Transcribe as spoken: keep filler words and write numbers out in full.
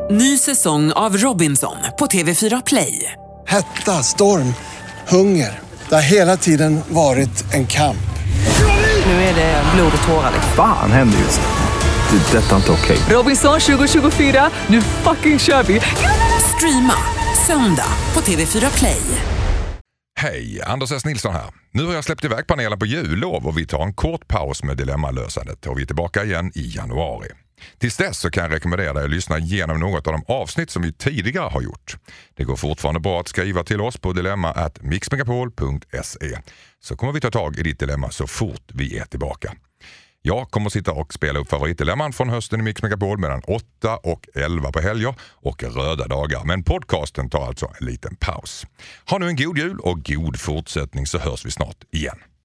Ny säsong av Robinson på T V fyra Play. Hetta, storm, hunger. Det har hela tiden varit en kamp. Nu är det blod och tårar. Fan händer just det. Det är detta inte okej. Robinson tjugo tjugofyra, nu fucking kör vi. Streama söndag på T V fyra Play. Hej, Anders S. Nilsson här. Nu har jag släppt iväg panelen på jullov och vi tar en kort paus med dilemmalösandet och vi är tillbaka igen i januari. Tills dess så kan jag rekommendera dig att lyssna igenom något av de avsnitt som vi tidigare har gjort. Det går fortfarande bra att skriva till oss på dilemma at mixmegapol punkt se, så kommer vi ta tag i ditt dilemma så fort vi är tillbaka. Jag kommer sitta och spela upp favoritdilemman från hösten i Mix Megapol mellan åtta och elva på helger och röda dagar. Men podcasten tar alltså en liten paus. Ha nu en god jul och god fortsättning, så hörs vi snart igen.